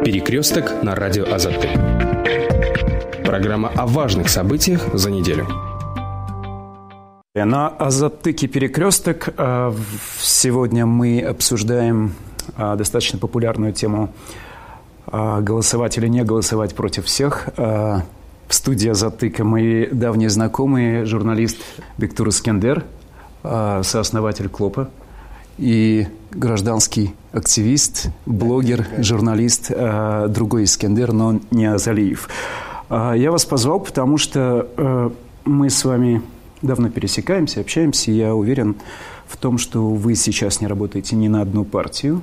«Перекресток» на радио Азаттык. Программа о важных событиях за неделю. На Азаттыке «Перекресток» сегодня мы обсуждаем достаточно популярную тему «Голосовать или не голосовать против всех». В студии Азаттыка мои давние знакомые, журналист Бектур Искендер, сооснователь КЛОПа, и гражданский активист, блогер, журналист, другой Искендер, но не Азалиев. Я вас позвал, потому что мы с вами давно пересекаемся, общаемся, и я уверен в том, что вы сейчас не работаете ни на одну партию.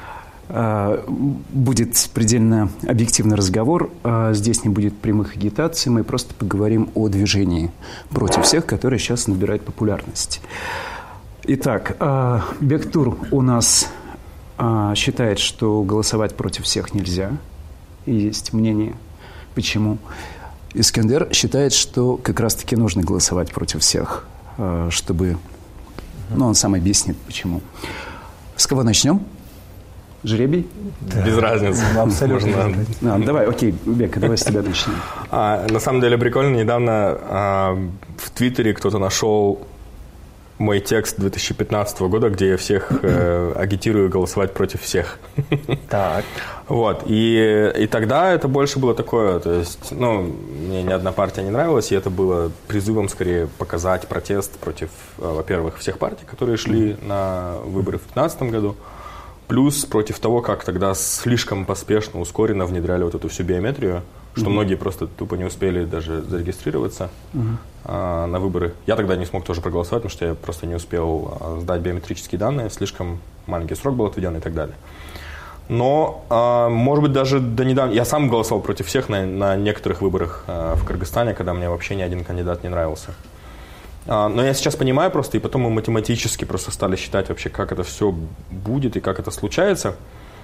Будет предельно объективный разговор, здесь не будет прямых агитаций, мы просто поговорим о движении против всех, которое сейчас набирает популярность. Итак, Бектур у нас считает, что голосовать против всех нельзя, и есть мнение, почему. Искендер считает, что как раз-таки нужно голосовать против всех, чтобы... Ну, он сам объяснит, почему. С кого начнем? Жребий? Да. Без разницы. Абсолютно. Давай, окей, Бека, давай с тебя начнем. На самом деле прикольно, недавно в Твиттере кто-то нашел мой текст 2015 года, где я всех агитирую голосовать против всех. Так. Вот. И тогда это больше было такое, то есть, мне ни одна партия не нравилась, и это было призывом скорее показать протест против, во-первых, всех партий, которые шли на выборы в 2015 году, плюс против того, как тогда слишком поспешно, ускоренно внедряли вот эту всю биометрию, что многие просто тупо не успели даже зарегистрироваться на выборы. Я тогда не смог тоже проголосовать, потому что я просто не успел сдать биометрические данные, слишком маленький срок был отведен и так далее. Но, может быть, даже до недавно... Я сам голосовал против всех на некоторых выборах в Кыргызстане, когда мне вообще ни один кандидат не нравился. Но я сейчас понимаю просто, и потом мы математически просто стали считать вообще, как это все будет и как это случается.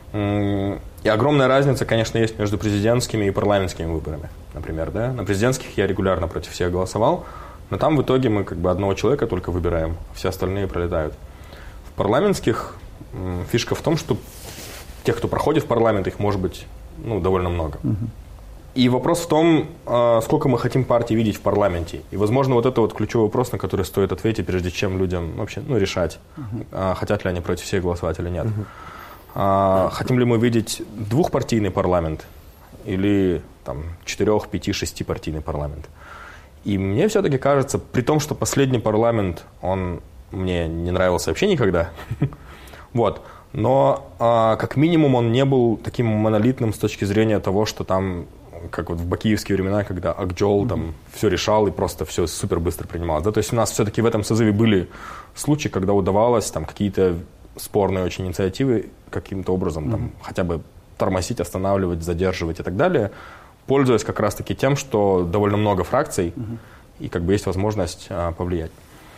И огромная разница, конечно, есть между президентскими и парламентскими выборами, например, да. На президентских я регулярно против всех голосовал, но там в итоге мы как бы одного человека только выбираем, все остальные пролетают. В парламентских фишка в том, что тех, кто проходит в парламент, их может быть довольно много. И вопрос в том, сколько мы хотим партий видеть в парламенте. И, возможно, вот это вот ключевой вопрос, на который стоит ответить, прежде чем людям вообще решать, хотят ли они против всех голосовать или нет. Хотим ли мы видеть двухпартийный парламент или 4, 5, 6-партийный парламент. И мне все-таки кажется, при том, что последний парламент, он мне не нравился вообще никогда, вот, но как минимум он не был таким монолитным с точки зрения того, что там, как вот в бакиевские времена, когда Акджол там все решал и просто все супер быстро принималось. Да? То есть у нас все-таки в этом созыве были случаи, когда удавалось там какие-то спорные очень инициативы каким-то образом хотя бы тормозить, останавливать, задерживать и так далее, пользуясь как раз-таки тем, что довольно много фракций и как бы есть возможность повлиять.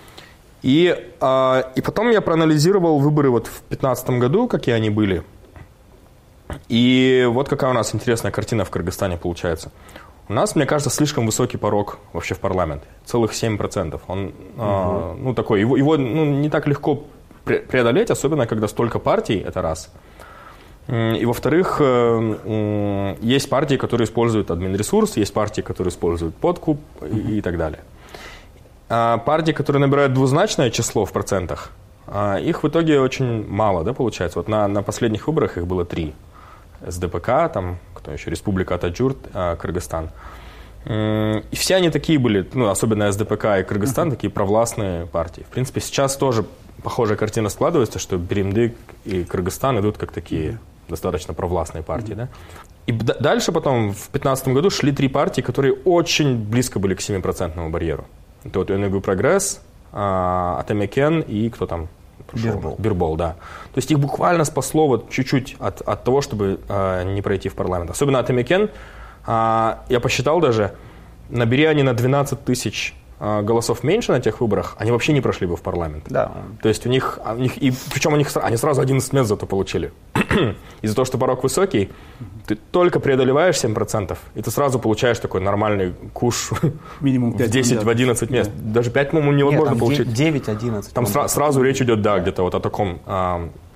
И потом я проанализировал выборы вот в 2015 году, какие они были. И вот какая у нас интересная картина в Кыргызстане получается. У нас, мне кажется, слишком высокий порог вообще в парламент. Целых 7%. Он такой, его не так легко преодолеть, особенно когда столько партий, это раз. И во-вторых, есть партии, которые используют админресурс, есть партии, которые используют подкуп и так далее. Партии, которые набирают двузначное число в процентах, их в итоге очень мало, да, получается. Вот на последних выборах их было 3. СДПК, там, кто еще, Республика Атаджурт, Кыргызстан. И все они такие были, особенно СДПК и Кыргызстан, такие провластные партии. В принципе, сейчас тоже похожая картина складывается, что Беримдык и Кыргызстан идут как такие достаточно провластные партии. Да? И дальше потом, в 2015 году, шли 3 партии, которые очень близко были к 7% барьеру. Это вот УНГ Прогресс, Атамекен и кто там? Бирбол, да. То есть их буквально спасло вот чуть-чуть от того, чтобы не пройти в парламент. Особенно Атамекен, я посчитал даже, набери они на 12 тысяч голосов меньше на тех выборах, они вообще не прошли бы в парламент. Да. То есть у них и причем они сразу 11 мест зато получили. Из-за того, что порог высокий, ты только преодолеваешь 7%, и ты сразу получаешь такой нормальный куш минимум 5 в 10, в 11 мест. Да. Даже 5, по-моему, невозможно получить. 9-11. Там сразу речь идет, да, где-то вот о таком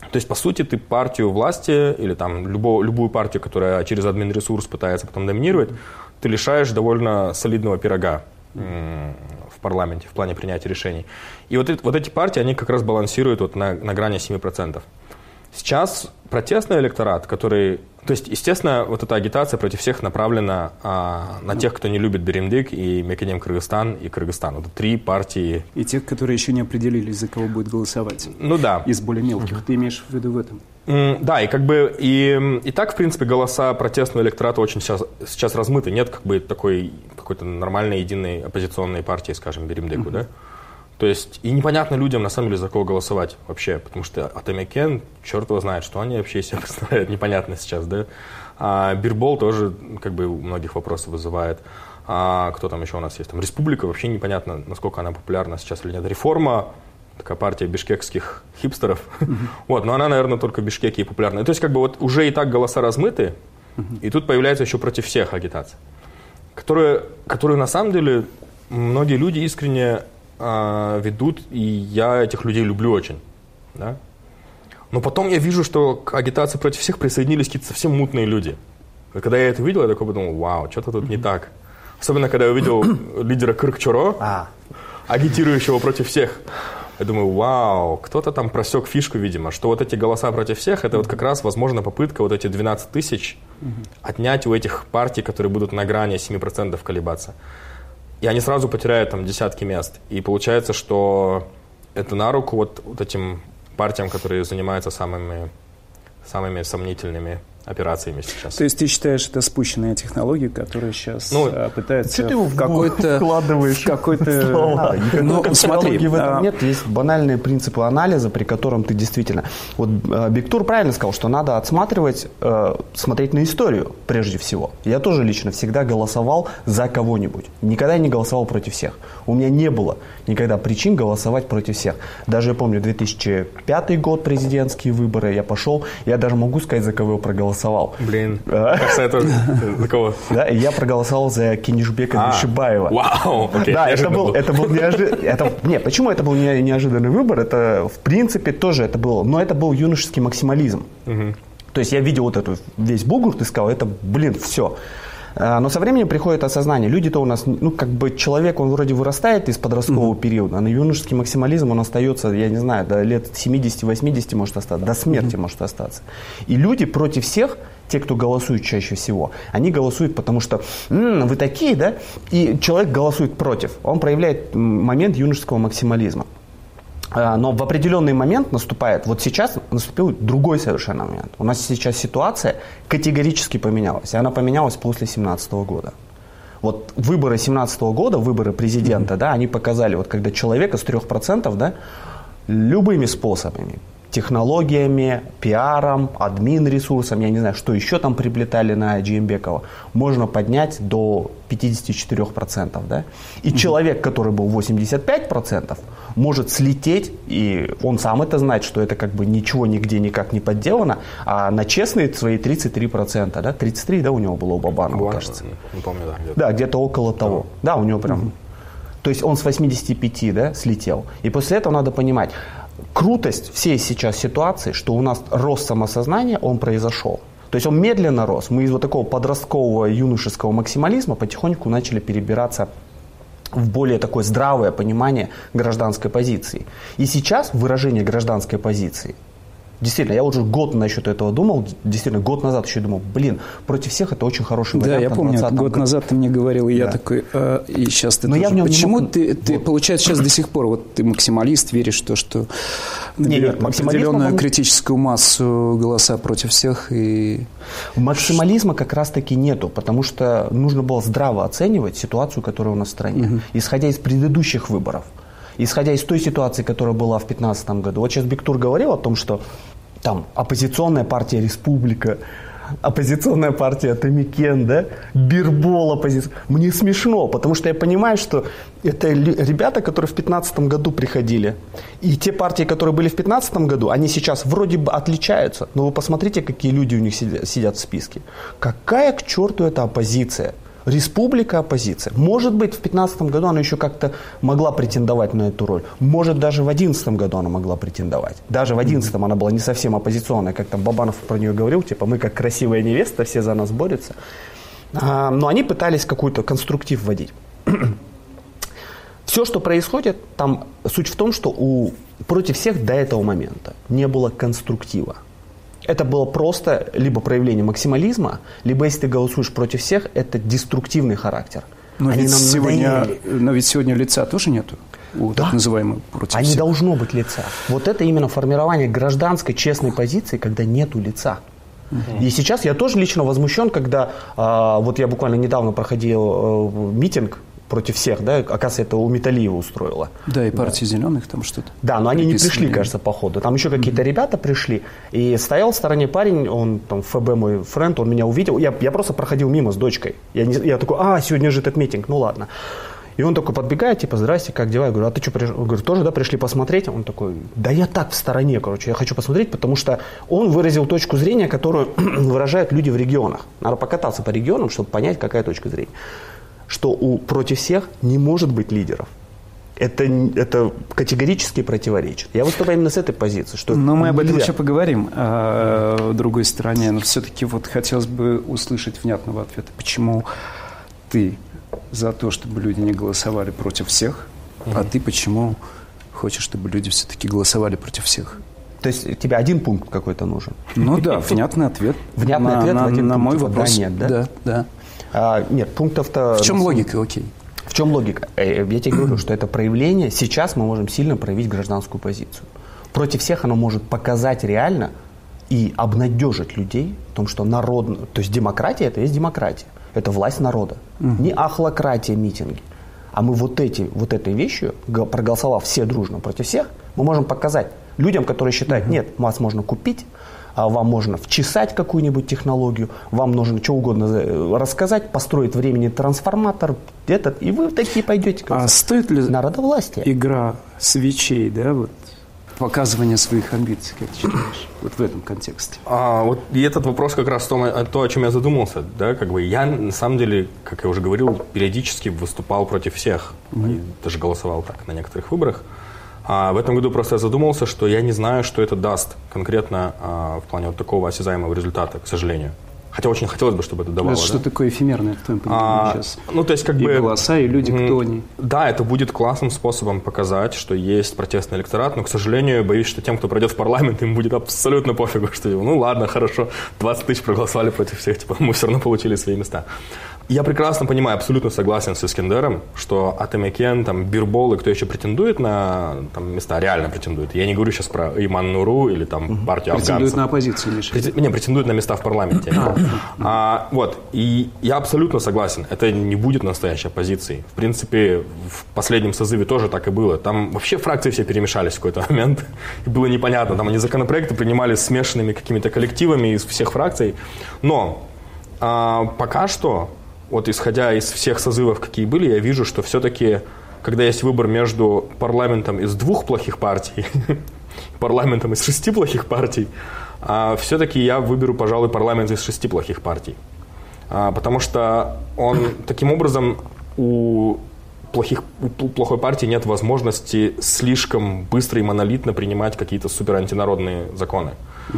То есть, по сути, ты партию власти или там любую партию, которая через админресурс пытается потом доминировать, ты лишаешь довольно солидного пирога в парламенте, в плане принятия решений. И вот эти партии, они как раз балансируют вот на грани 7%. Сейчас протестный электорат, который... То есть, естественно, вот эта агитация против всех направлена на тех, кто не любит Беримдык и Мекенем Кыргызстан и Кыргызстан. Вот 3 партии. И тех, которые еще не определились, за кого будет голосовать. Ну да. Из более мелких. Ты имеешь в виду в этом? Да, и как бы и так, в принципе, голоса протестного электората очень сейчас размыты. Нет как бы такой какой-то нормальной, единой оппозиционной партии, скажем, Беримдыку, да? То есть, и непонятно людям, на самом деле, за кого голосовать вообще, потому что Атамекен, черт его знает, что они вообще из себя представляют, непонятно сейчас, да. А Бирбол тоже, как бы, у многих вопросы вызывает. А кто там еще у нас есть? Там Республика, вообще непонятно, насколько она популярна сейчас или нет. Реформа, такая партия бишкекских хипстеров, вот, но она, наверное, только в Бишкеке и популярна. То есть, как бы, вот уже и так голоса размыты, и тут появляется еще против всех агитация, которую на самом деле, многие люди искренне ведут, и я этих людей люблю очень, да? Но потом я вижу, что к агитации против всех присоединились какие-то совсем мутные люди. И когда я это видел, я такой подумал, вау, что-то тут не так. Особенно, когда я увидел лидера Кырк-Чоро, агитирующего против всех. Я думаю, вау, кто-то там просек фишку, видимо, что вот эти голоса против всех, это вот как раз, возможно, попытка вот эти 12 тысяч отнять у этих партий, которые будут на грани 7% колебаться. И они сразу потеряют там десятки мест. И получается, что это на руку вот этим партиям, которые занимаются самыми сомнительными операциями сейчас. То есть ты считаешь, это спущенная технология, которая сейчас пытается в какой-то... Ну, смотри. В этом нет, есть банальные принципы анализа, при котором ты действительно... Вот Бектур правильно сказал, что надо отсматривать, смотреть на историю прежде всего. Я тоже лично всегда голосовал за кого-нибудь. Никогда не голосовал против всех. У меня не было никогда причин голосовать против всех. Даже я помню 2005 год, президентские выборы, я пошел, я даже могу сказать, за кого я проголосовал. Блин, кажется, это за кого? Да, я проголосовал за Кенишбека Душибаева. Вау, окей. Да, это был неожиданный... Почему это был неожиданный выбор? Это, в принципе, тоже это было... Но это был юношеский максимализм. То есть я видел вот эту весь бугурт и сказал, это, все. Но со временем приходит осознание. Люди-то у нас, как бы человек, он вроде вырастает из подросткового периода, а на юношеский максимализм он остается, я не знаю, до лет 70-80 может остаться, до смерти может остаться. И люди против всех, те, кто голосует чаще всего, они голосуют, потому что вы такие, да? И человек голосует против. Он проявляет момент юношеского максимализма. Но в определенный момент наступает, вот сейчас наступил другой совершенно момент. У нас сейчас ситуация категорически поменялась. И она поменялась после 2017 года. Вот выборы 2017 года, выборы президента, да, они показали, вот когда человека с 3%, да, любыми способами, технологиями, пиаром, админ-ресурсом, я не знаю, что еще там приплетали на Джеймбекова, можно поднять до 54%. Да? И человек, который был 85%, может слететь, и он сам это знает, что это как бы ничего нигде никак не подделано, а на честные свои 33%, да? 33, да, у него было у Бабанова, кажется. Не помню, да. Где-то. Да, где-то около того. Да, у него прям... То есть он с 85, да, слетел. И после этого надо понимать, крутость всей сейчас ситуации, что у нас рост самосознания, он произошел. То есть он медленно рос. Мы из вот такого подросткового юношеского максимализма потихоньку начали перебираться в более такое здравое понимание гражданской позиции. И сейчас выражение гражданской позиции, действительно, я уже год насчет этого думал, действительно, год назад еще думал, против всех это очень хороший вариант. Да, я помню, год назад ты мне говорил, и я такой, и сейчас ты тоже. Почему ты, получается, сейчас до сих пор, вот ты максималист, веришь в то, что наберет определенную критическую массу голоса против всех? И... Максимализма как раз-таки нету, потому что нужно было здраво оценивать ситуацию, которая у нас в стране, исходя из предыдущих выборов. Исходя из той ситуации, которая была в 2015 году. Вот сейчас Бектур говорил о том, что там оппозиционная партия «Республика», оппозиционная партия «Атамекен», да, Бирбол оппозиция. Мне смешно, потому что я понимаю, что это ребята, которые в 2015 году приходили. И те партии, которые были в 2015 году, они сейчас вроде бы отличаются. Но вы посмотрите, какие люди у них сидят в списке. Какая к черту эта оппозиция? республика, оппозиция. Может быть, в 2015 году она еще как-то могла претендовать на эту роль. Может, даже в 2011 году она могла претендовать. Даже в 2011 она была не совсем оппозиционная, как там Бабанов про нее говорил, типа, мы как красивая невеста, все за нас борются. Но они пытались какой-то конструктив вводить. Все, что происходит, там суть в том, что против всех до этого момента не было конструктива. Это было просто либо проявление максимализма, либо если ты голосуешь против всех, это деструктивный характер. Но ведь сегодня лица тоже нету у так называемых против всех. Не должно быть лица. Вот это именно формирование гражданской честной позиции, когда нету лица. И сейчас я тоже лично возмущен, когда вот я буквально недавно проходил митинг против всех, да, оказывается, это у Металиева устроила. Да, и партия зеленых там что-то. Да, но они не пришли, кажется, по ходу. Там еще какие-то ребята пришли, и стоял в стороне парень, он там ФБ мой френд, он меня увидел, я просто проходил мимо с дочкой. Я такой, сегодня же этот митинг, ну ладно. И он такой подбегает, типа, здрасте, как дела? Я говорю, а ты что, пришел? Он говорит, тоже, да, пришли посмотреть? Он такой, да я так в стороне, короче, я хочу посмотреть, потому что он выразил точку зрения, которую выражают люди в регионах. Надо покататься по регионам, чтобы понять, какая точка зрения. Что против всех не может быть лидеров. Это категорически противоречит. Я выступаю именно с этой позиции. Что но мы об этом еще поговорим, о другой стороне. Но все-таки вот хотелось бы услышать внятного ответа. Почему ты за то, чтобы люди не голосовали против всех, а ты почему хочешь, чтобы люди все-таки голосовали против всех? То есть тебе один пункт какой-то нужен? Ну да, внятный ответ. Внятный ответ на мой вопрос. Да, нет, да? Да. Нет, пунктов-то... В чем логика, окей? В чем логика? Я тебе говорю, что это проявление, сейчас мы можем сильно проявить гражданскую позицию. Против всех оно может показать реально и обнадежить людей в том, что народ... То есть демократия – это есть демократия. Это власть народа. Не ахлократия, митинги. А мы вот этой вещью, проголосовав все дружно против всех, мы можем показать людям, которые считают, нет, вас можно купить, вам можно вчесать какую-нибудь технологию, вам нужно что угодно рассказать, построить временный трансформатор, и вы такие пойдете. А стоит ли народовластие? Игра свечей, да, вот, показывание своих амбиций, как ты считаешь, вот в этом контексте? Вот и этот вопрос как раз то, о чем я задумался, да, как бы я на самом деле, как я уже говорил, периодически выступал против всех, и даже голосовал так на некоторых выборах. В этом году просто я задумался, что я не знаю, что это даст конкретно в плане вот такого осязаемого результата, к сожалению. Хотя очень хотелось бы, чтобы это давало. Что такое эфемерное в твоем понимании сейчас? Ну, то есть, как и бы... голоса, и люди, кто они. Да, это будет классным способом показать, что есть протестный электорат, но, к сожалению, боюсь, что тем, кто пройдет в парламент, им будет абсолютно пофигу, что, ну ладно, хорошо, 20 тысяч проголосовали против всех, типа, мы все равно получили свои места. Я прекрасно понимаю, абсолютно согласен с Искендером, что Атамекен, там, Бирбол и кто еще претендует на там, места, реально претендует. Я не говорю сейчас про Иман Нуру или там партию афганцев. Претендует на оппозицию, лишь. Не, претендует на места в парламенте. Вот, и я абсолютно согласен, это не будет настоящей оппозицией. В принципе, в последнем созыве тоже так и было. Там вообще фракции все перемешались в какой-то момент, и было непонятно. Там они законопроекты принимали смешанными какими-то коллективами из всех фракций. Но пока что... Вот исходя из всех созывов, какие были, я вижу, что все-таки, когда есть выбор между парламентом из 2 плохих партий и парламентом из 6 плохих партий, все-таки я выберу, пожалуй, парламент из 6 плохих партий. Потому что таким образом у плохой партии нет возможности слишком быстро и монолитно принимать какие-то суперантинародные законы.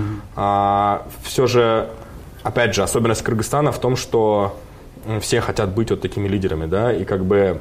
Все же, опять же, особенность Кыргызстана в том, что все хотят быть вот такими лидерами, да, и как бы,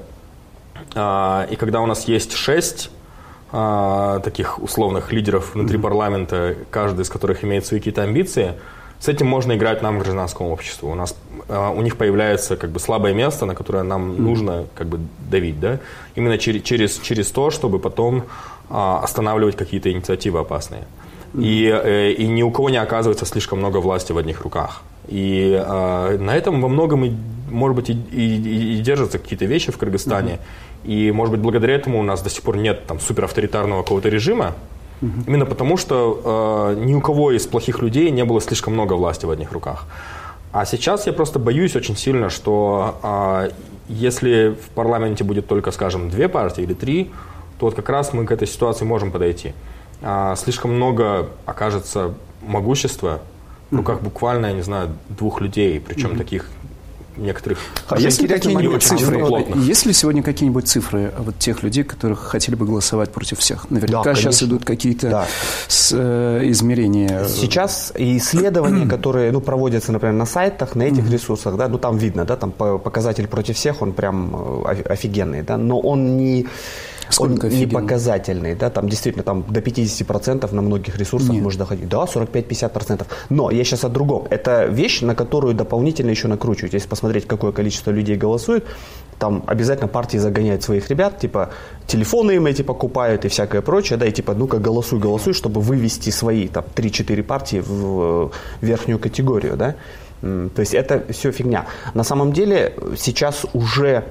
и когда у нас есть 6 таких условных лидеров внутри парламента, каждый из которых имеет свои какие-то амбиции, с этим можно играть нам, гражданскому обществу. У них появляется как бы слабое место, на которое нам нужно как бы давить, да, именно через то, чтобы потом останавливать какие-то инициативы опасные. И ни у кого не оказывается слишком много власти в одних руках. И на этом во многом, может быть, и держатся какие-то вещи в Кыргызстане. И, может быть, благодаря этому у нас до сих пор нет там суперавторитарного какого-то режима. Именно потому, что ни у кого из плохих людей не было слишком много власти в одних руках. А сейчас я просто боюсь очень сильно, что если в парламенте будет только, скажем, 2 партии или 3, то вот как раз мы к этой ситуации можем подойти. Слишком много окажется могущества в руках буквально, я не знаю, 2 людей, причем таких некоторых Есть ли какие-нибудь цифры? плотных. Есть ли сегодня какие-нибудь цифры вот тех людей, которые хотели бы голосовать против всех? Наверняка сейчас идут какие-то измерения. Сейчас исследования, которые проводятся, например, на сайтах, на этих ресурсах, да, там видно, да, там показатель против всех, он прям офигенный, да, но он не показательный, да, там действительно там до 50% на многих ресурсах может доходить. Да, 45-50%. Но я сейчас о другом. Это вещь, на которую дополнительно еще накручивать. Если посмотреть, какое количество людей голосует, там обязательно партии загоняют своих ребят, типа телефоны им эти покупают и всякое прочее, да, и типа ну-ка голосуй, чтобы вывести свои там 3-4 партии в верхнюю категорию, да. То есть это все фигня. На самом деле сейчас уже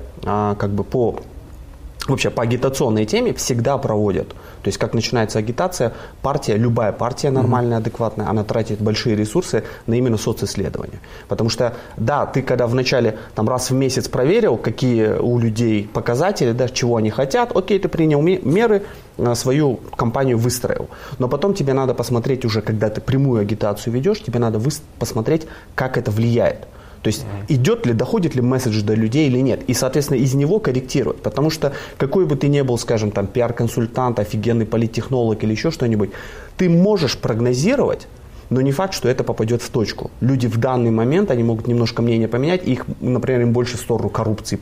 вообще по агитационной теме всегда проводят. То есть, как начинается агитация, любая партия нормальная, адекватная, она тратит большие ресурсы на именно социсследования. Потому что, да, ты когда вначале там, раз в месяц проверил, какие у людей показатели, да, чего они хотят, окей, ты принял меры, свою кампанию выстроил. Но потом тебе надо посмотреть уже, когда ты прямую агитацию ведешь, тебе надо посмотреть, как это влияет. То есть доходит ли месседж до людей или нет. И, соответственно, из него корректировать. Потому что какой бы ты ни был, скажем, там, пиар-консультант, офигенный политтехнолог или еще что-нибудь, ты можешь прогнозировать, но не факт, что это попадет в точку. Люди в данный момент, они могут немножко мнение поменять, их, например, им больше в сторону коррупции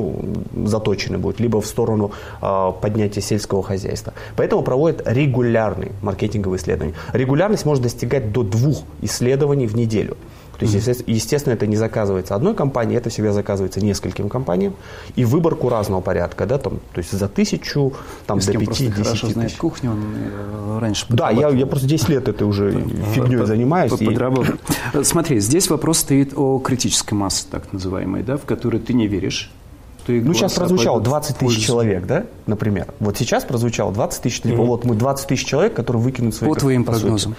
заточены будут, либо в сторону поднятия сельского хозяйства. Поэтому проводят регулярные маркетинговые исследования. Регулярность может достигать до 2 исследований в неделю. То есть, естественно, это не заказывается одной компанией, это всегда заказывается нескольким компаниям. И выборку разного порядка, да, там, то есть за 1000, там, до 5-10 тысяч. Хорошо знает кухню, он раньше подрабатывал. Да, я просто 10 лет этой уже фигней занимаюсь. Смотри, здесь вопрос стоит о критической массе, так называемой, да, в которой ты не веришь. Сейчас прозвучало 20 тысяч человек, да, например. Вот сейчас прозвучало 20 тысяч, вот мы 20 тысяч человек, которые выкинут свои... По твоим прогнозам.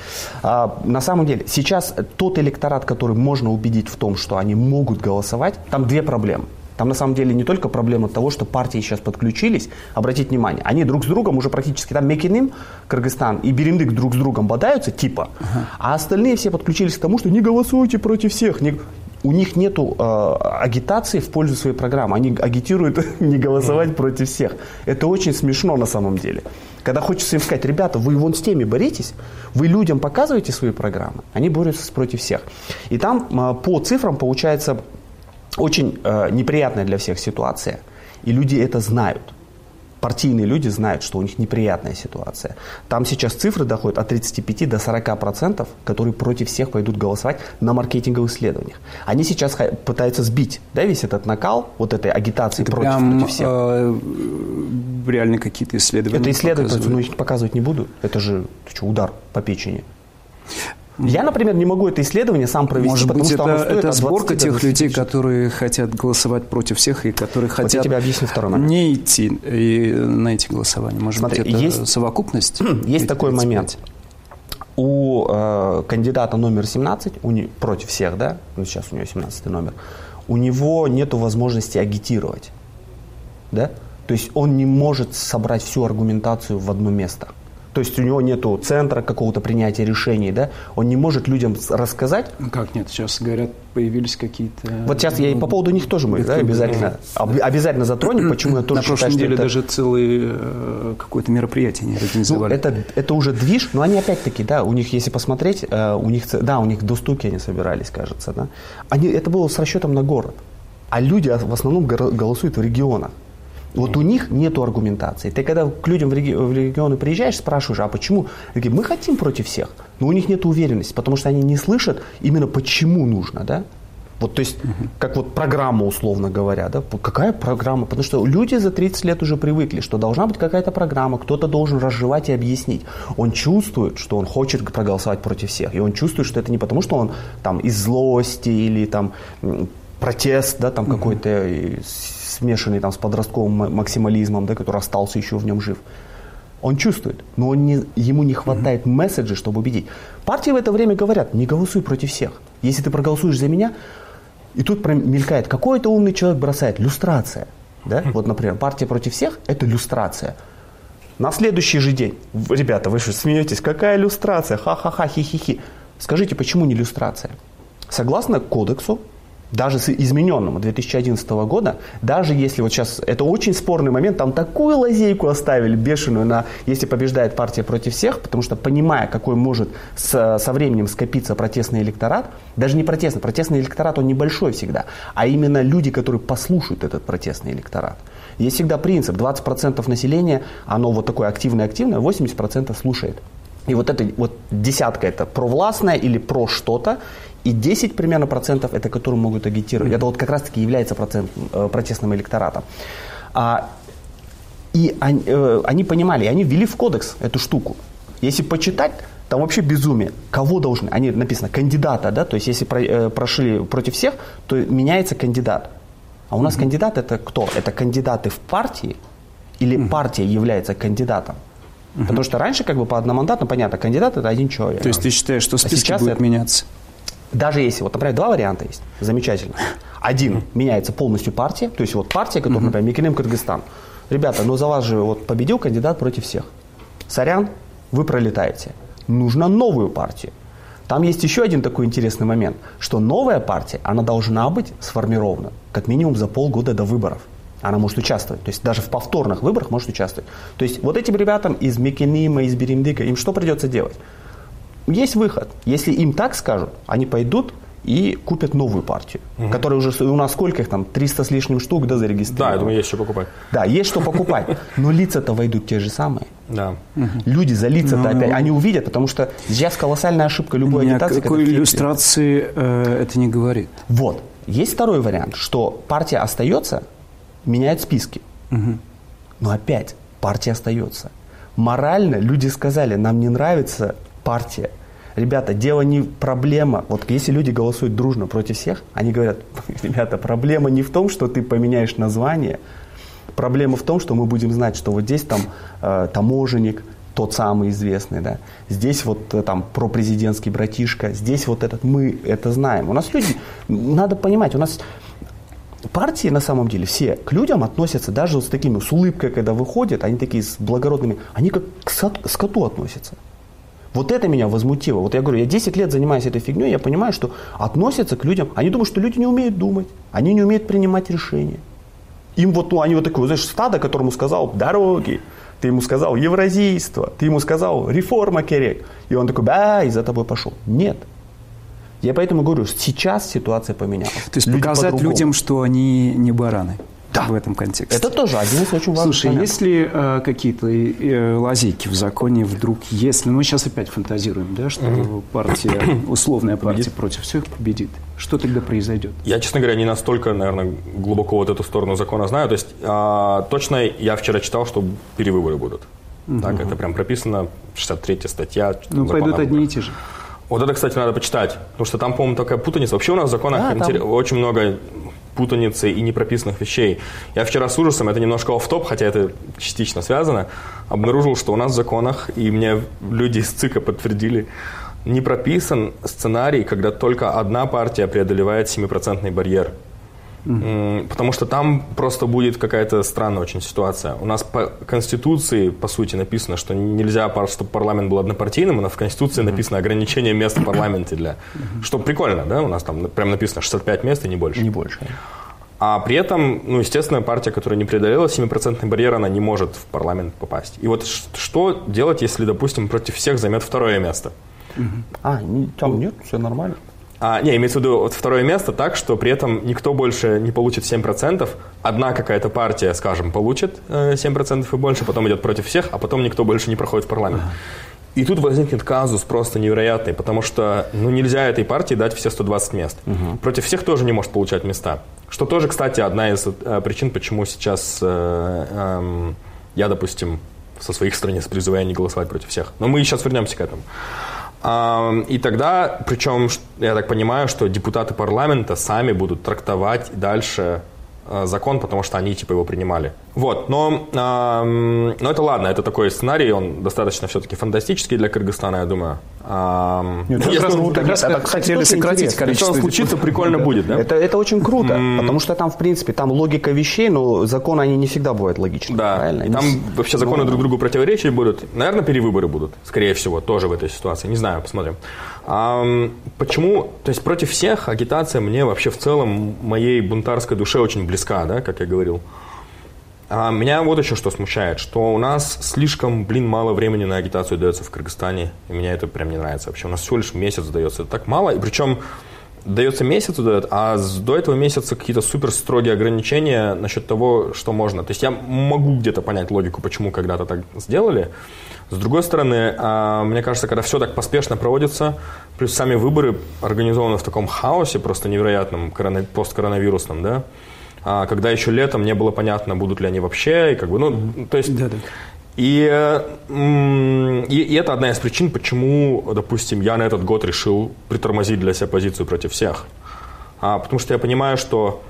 На самом деле, сейчас тот электорат, который можно убедить в том, что они могут голосовать, там 2 проблемы. Там на самом деле не только проблема того, что партии сейчас подключились, обратите внимание, они друг с другом уже практически, там Мекиним, Кыргызстан и Берендык друг с другом бодаются, типа, а остальные все подключились к тому, что не голосуйте против всех, у них нет агитации в пользу своей программы. Они агитируют не голосовать против всех. Это очень смешно на самом деле. Когда хочется им сказать, ребята, вы вон с теми боритесь, вы людям показываете свои программы, они борются против всех. И там по цифрам получается очень неприятная для всех ситуация. И люди это знают. Партийные люди знают, что у них неприятная ситуация. Там сейчас цифры доходят от 35 до 40%, которые против всех пойдут голосовать на маркетинговых исследованиях. Они сейчас пытаются сбить, да, весь этот накал вот этой агитации против всех. Реально какие-то исследования. Это исследования, но их показывать не буду. Это же удар по печени. Я, например, не могу это исследование сам провести, может потому быть, что оно стоит это сборка тех людей, которые хотят голосовать против всех и которые хотят я тебе объясню второй момент. Не идти на эти голосования. Может быть, это совокупность? Есть такой момент. У кандидата номер 17, против всех, да, сейчас у него 17 номер, у него нет возможности агитировать. Да? То есть он не может собрать всю аргументацию в одно место. То есть у него нет центра какого-то принятия решений, да? Он не может людям рассказать. Как нет? Сейчас, говорят, появились какие-то... Вот сейчас я и по поводу них тоже обязательно затронем, почему я тоже считаю, что на прошлой неделе даже целое какое-то мероприятие не организовали. Это уже движ, но они опять-таки, да, у них, если посмотреть, у них до стуки они собирались, кажется, да? Это было с расчетом на город. А люди в основном голосуют в регионах. Вот у них нет аргументации. Ты когда к людям в регионы приезжаешь, спрашиваешь, а почему? Они говорят, мы хотим против всех. Но у них нет уверенности, потому что они не слышат именно почему нужно, да? Вот, то есть, как вот программа, условно говоря, да? Какая программа? Потому что люди за 30 лет уже привыкли, что должна быть какая-то программа, кто-то должен разжевать и объяснить. Он чувствует, что он хочет проголосовать против всех. И он чувствует, что это не потому, что он там из злости или там протест, да, там какой-то смешанный там с подростковым максимализмом, да, который остался еще в нем жив. Он чувствует, но ему не хватает месседжа, чтобы убедить. Партии в это время говорят, не голосуй против всех. Если ты проголосуешь за меня, и тут мелькает, какой-то умный человек бросает, люстрация. Да? Вот, например, партия против всех – это люстрация. На следующий же день, ребята, вы что, смеетесь, какая люстрация, ха-ха-ха, хи-хи-хи. Скажите, почему не люстрация? Согласно кодексу, даже с измененным 2011 года, даже если вот сейчас, это очень спорный момент, там такую лазейку оставили бешеную, если побеждает партия против всех, потому что понимая, какой может со временем скопиться протестный электорат, даже не протестный электорат, он небольшой всегда, а именно люди, которые послушают этот протестный электорат. Есть всегда принцип, 20% населения, оно вот такое активное, 80% слушает. И вот эта вот десятка это провластная или про что-то, и 10 примерно процентов это которые могут агитировать. Это вот как раз таки является протестным электоратом. И они понимали, и они ввели в кодекс эту штуку. Если почитать, там вообще безумие. Кого должны? Они написано кандидата, да, то есть если прошли против всех, то меняется кандидат. А у нас кандидат это кто? Это кандидаты в партии или партия является кандидатом? Потому что раньше как бы по одномандатному, понятно, кандидат это один человек. То есть ты считаешь, что списки будут меняться? Даже если, вот, например, два варианта есть, замечательно. Один, меняется полностью партия, то есть вот партия, которая, например, Мекенем Кыргызстан. Ребята, ну за вас же вот победил кандидат против всех. Сорян, вы пролетаете. Нужно новую партию. Там есть еще один такой интересный момент, что новая партия, она должна быть сформирована как минимум за полгода до выборов. Она может участвовать, то есть даже в повторных выборах может участвовать. То есть вот этим ребятам из Мекенима, из Беримдыка, им что придется делать? Есть выход. Если им так скажут, они пойдут и купят новую партию, которая уже у нас сколько их там, 300 с лишним штук, да, зарегистрировано. Да, я думаю, есть что покупать. Да, есть что покупать. Но лица-то войдут те же самые. Да. Люди за лица-то опять, они увидят, потому что сейчас колоссальная ошибка любой агитации. Ни о какой иллюстрации это не говорит. Вот. Есть второй вариант, что партия остается, меняет списки. Но опять, партия остается. Морально люди сказали, нам не нравится партия. Ребята, дело не проблема. Вот если люди голосуют дружно против всех, они говорят, ребята, проблема не в том, что ты поменяешь название. Проблема в том, что мы будем знать, что вот здесь там таможенник, тот самый известный, да. Здесь вот там пропрезидентский братишка, здесь вот этот, мы это знаем. У нас люди, надо понимать, у нас партии на самом деле все к людям относятся даже вот с такими, с улыбкой, когда выходят, они такие с благородными, они как к скоту относятся. Вот это меня возмутило. Вот я говорю, я 10 лет занимаюсь этой фигней, я понимаю, что относятся к людям, они думают, что люди не умеют думать, они не умеют принимать решения. Им вот, они вот такое, знаешь, стадо, которому сказал дороги, ты ему сказал евразийство, ты ему сказал реформа керек, и он такой, и за тобой пошел. Нет. Я поэтому говорю, сейчас ситуация поменялась. То есть показать людям, что они не бараны. Да. В этом контексте. Это тоже один из очень важных. Слушай, есть ли какие-то лазейки в законе вдруг, если, мы сейчас опять фантазируем, да, что партия, условная партия против всех победит, что тогда произойдет? Я, честно говоря, не настолько, наверное, глубоко вот эту сторону закона знаю. То есть точно я вчера читал, что перевыборы будут. Так, это прям прописано, 63-я статья. Ну, пойдут одни и те же. Вот это, кстати, надо почитать, потому что там, по-моему, такая путаница. Вообще у нас в законах очень много путаницы и непрописанных вещей. Я вчера с ужасом, это немножко офф-топ, хотя это частично связано, обнаружил, что у нас в законах, и мне люди из ЦИКа подтвердили, не прописан сценарий, когда только одна партия преодолевает 7% барьер. Потому что там просто будет какая-то странная очень ситуация. У нас по Конституции, по сути, написано, что нельзя, чтобы парламент был однопартийным, у нас в Конституции написано ограничение мест в парламенте для... Что прикольно, да? У нас там прям написано 65 мест и не больше. Не больше. А при этом, естественно, партия, которая не преодолела 7% барьер, она не может в парламент попасть. И вот что делать, если, допустим, против всех займет второе место? Там нет, все нормально. Имеется в виду вот второе место так, что при этом никто больше не получит 7%. Одна какая-то партия, скажем, получит 7% и больше, потом идет против всех, а потом никто больше не проходит в парламент. И тут возникнет казус просто невероятный, потому что нельзя этой партии дать все 120 мест. Против всех тоже не может получать места. Что тоже, кстати, одна из причин, почему сейчас я, допустим, со своих страниц призываю не голосовать против всех. Но мы сейчас вернемся к этому. И тогда, причем, я так понимаю, что депутаты парламента сами будут трактовать дальше закон, потому что они типа его принимали. Вот, но это ладно, это такой сценарий, он достаточно все-таки фантастический для Кыргызстана, я думаю. Как раз хотели сократить количество. Если случится, прикольно будет, да? Это очень круто, потому что там, в принципе, там логика вещей, но законы, они не всегда бывают логичны. Да, правильно? Там вообще законы друг другу противоречить будут. Наверное, перевыборы будут, скорее всего, тоже в этой ситуации. Не знаю, посмотрим. Почему? То есть против всех агитация мне вообще в целом моей бунтарской душе очень близка, да, как я говорил. Меня вот еще что смущает, что у нас слишком, мало времени на агитацию дается в Кыргызстане, и мне это прям не нравится вообще. У нас всего лишь месяц дается, это так мало, и причем дается месяц, а до этого месяца какие-то супер строгие ограничения насчет того, что можно. То есть я могу где-то понять логику, почему когда-то так сделали. С другой стороны, мне кажется, когда все так поспешно проводится, плюс сами выборы организованы в таком хаосе просто невероятном, посткоронавирусном, да, когда еще летом не было понятно, будут ли они вообще, и то есть... Да-да. И это одна из причин, почему, допустим, я на этот год решил притормозить для себя позицию против всех. Потому что я понимаю, что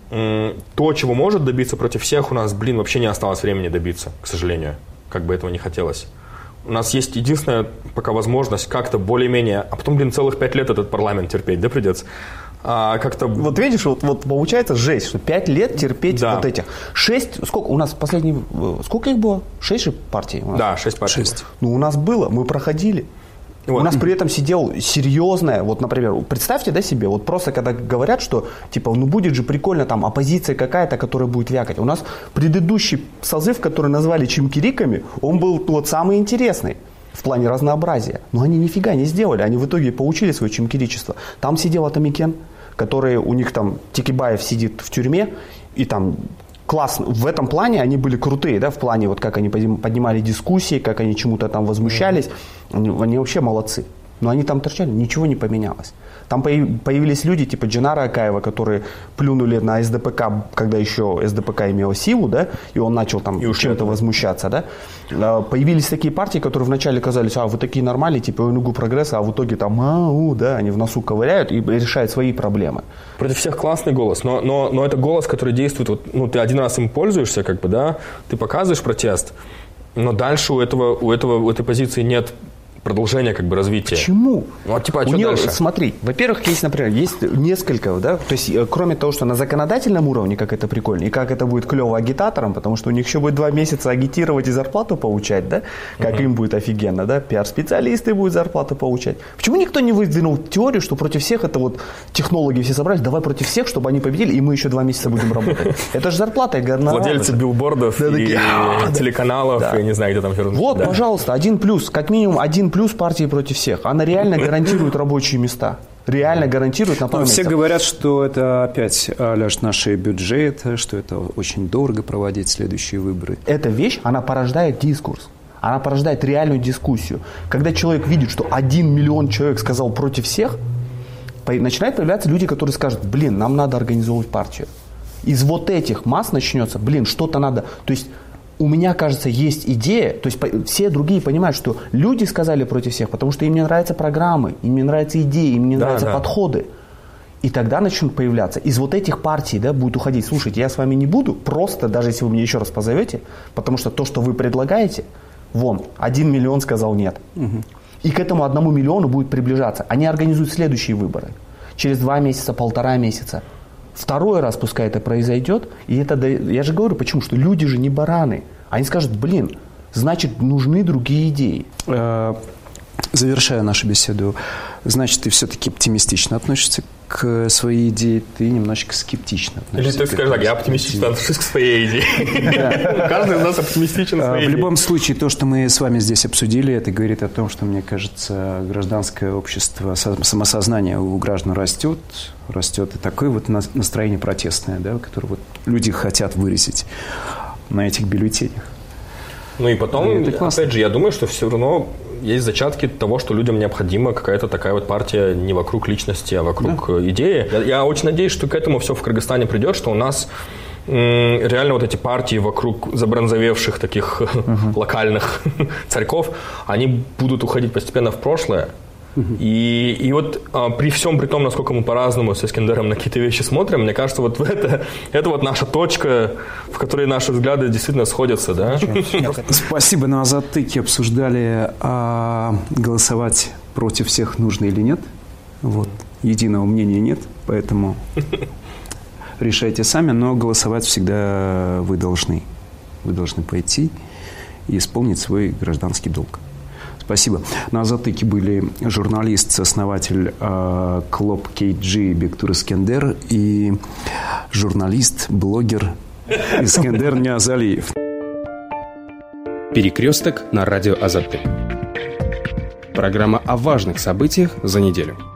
то, чего может добиться против всех, у нас, вообще не осталось времени добиться, к сожалению, как бы этого не хотелось. У нас есть единственная пока возможность как-то более-менее... А потом, целых 5 лет этот парламент терпеть, да, придется? Как-то... Вот видишь, вот получается жесть, что 5 лет терпеть вот этих. 6, сколько у нас последний... Сколько их было? 6 же партий у нас? Да, 6 партий. 6. Ну, у нас было, мы проходили. Вот. У нас при этом сидел серьезная, вот, например, представьте, да, себе, вот просто когда говорят, что, типа, будет же прикольно, там, оппозиция какая-то, которая будет вякать. У нас предыдущий созыв, который назвали чимкириками, он был вот самый интересный в плане разнообразия. Но они нифига не сделали, они в итоге получили свое чимкиричество. Там сидел Атамикен, который у них там, Текибаев сидит в тюрьме, и там... Классно. В этом плане они были крутые, да, в плане, вот как они поднимали дискуссии, как они чему-то там возмущались. Они вообще молодцы. Но они там торчали, ничего не поменялось. Там появились люди типа Джинара Акаева, которые плюнули на СДПК, когда еще СДПК имела силу, да, и он начал там чем-то возмущаться, да. Появились такие партии, которые вначале казались, вы такие нормальные, типа ОНУГУ прогресса, а в итоге там, да, они в носу ковыряют и решают свои проблемы. Против всех классный голос, но это голос, который действует, ты один раз им пользуешься, как бы, да, ты показываешь протест, но дальше у этой позиции нет продолжение как бы развития. Почему? Ну, а что дальше? Смотри, во-первых, есть несколько, да, то есть кроме того, что на законодательном уровне, как это прикольно, и как это будет клево агитаторам, потому что у них еще будет 2 месяца агитировать и зарплату получать, да, как им будет офигенно, да, пиар-специалисты будут зарплату получать. Почему никто не выдвинул теорию, что против всех это вот технологии все собрались, давай против всех, чтобы они победили, и мы еще 2 месяца будем работать. Это же зарплата и гонорар. Владельцы билбордов и телеканалов, я не знаю, где там все. Вот, пожалуйста, 1+, как минимум 1+ партии против всех. Она реально гарантирует рабочие места. Реально гарантирует на пару месяцев. Все говорят, что это опять ляжет на шею бюджета, что это очень дорого проводить следующие выборы. Эта вещь, она порождает дискурс. Она порождает реальную дискуссию. Когда человек видит, что 1 миллион человек сказал против всех, начинают появляться люди, которые скажут, нам надо организовывать партию. Из вот этих масс начнется, что-то надо. То есть у меня, кажется, есть идея, то есть все другие понимают, что люди сказали против всех, потому что им не нравятся программы, им не нравятся идеи, им не нравятся подходы. И тогда начнут появляться. Из вот этих партий, да, будет уходить, слушайте, я с вами не буду, просто, даже если вы меня еще раз позовете, потому что то, что вы предлагаете, 1 миллион сказал нет. И к этому 1 миллиону будет приближаться. Они организуют следующие выборы. Через 2 месяца, 1,5 месяца. Второй раз пускай это произойдет, и это, я же говорю, почему, что люди же не бараны. Они скажут, значит, нужны другие идеи. Завершая нашу беседу, значит, ты все-таки оптимистично относишься к своей идее, ты немножечко скептично относишься. Или ты скажешь так, я оптимистично отношусь к своей идее. Каждый из нас оптимистичен к своей идее. В любом случае, то, что мы с вами здесь обсудили, это говорит о том, что, мне кажется, гражданское общество, самосознание у граждан растет и такое вот настроение протестное, да, которое вот люди хотят выразить на этих бюллетенях. Ну и потом, опять же, я думаю, что все равно есть зачатки того, что людям необходима какая-то такая вот партия не вокруг личности, а вокруг идеи. Я очень надеюсь, что к этому все в Кыргызстане придет, что у нас реально вот эти партии вокруг забронзовевших таких локальных царьков, они будут уходить постепенно в прошлое. И вот при всем при том, насколько мы по-разному с Эскендером на какие-то вещи смотрим, мне кажется, вот это вот наша точка, в которой наши взгляды действительно сходятся, да? Спасибо. На Азаттыке обсуждали голосовать против всех нужно или нет. Вот. Единого мнения нет, поэтому решайте сами, но голосовать всегда вы должны. Вы должны пойти и исполнить свой гражданский долг. Спасибо. На затыке были журналист, основатель Club KG Бектур Искендер и журналист, блогер Искендер Ниазалиев. «Перекресток» на радио Азаттык. Программа о важных событиях за неделю.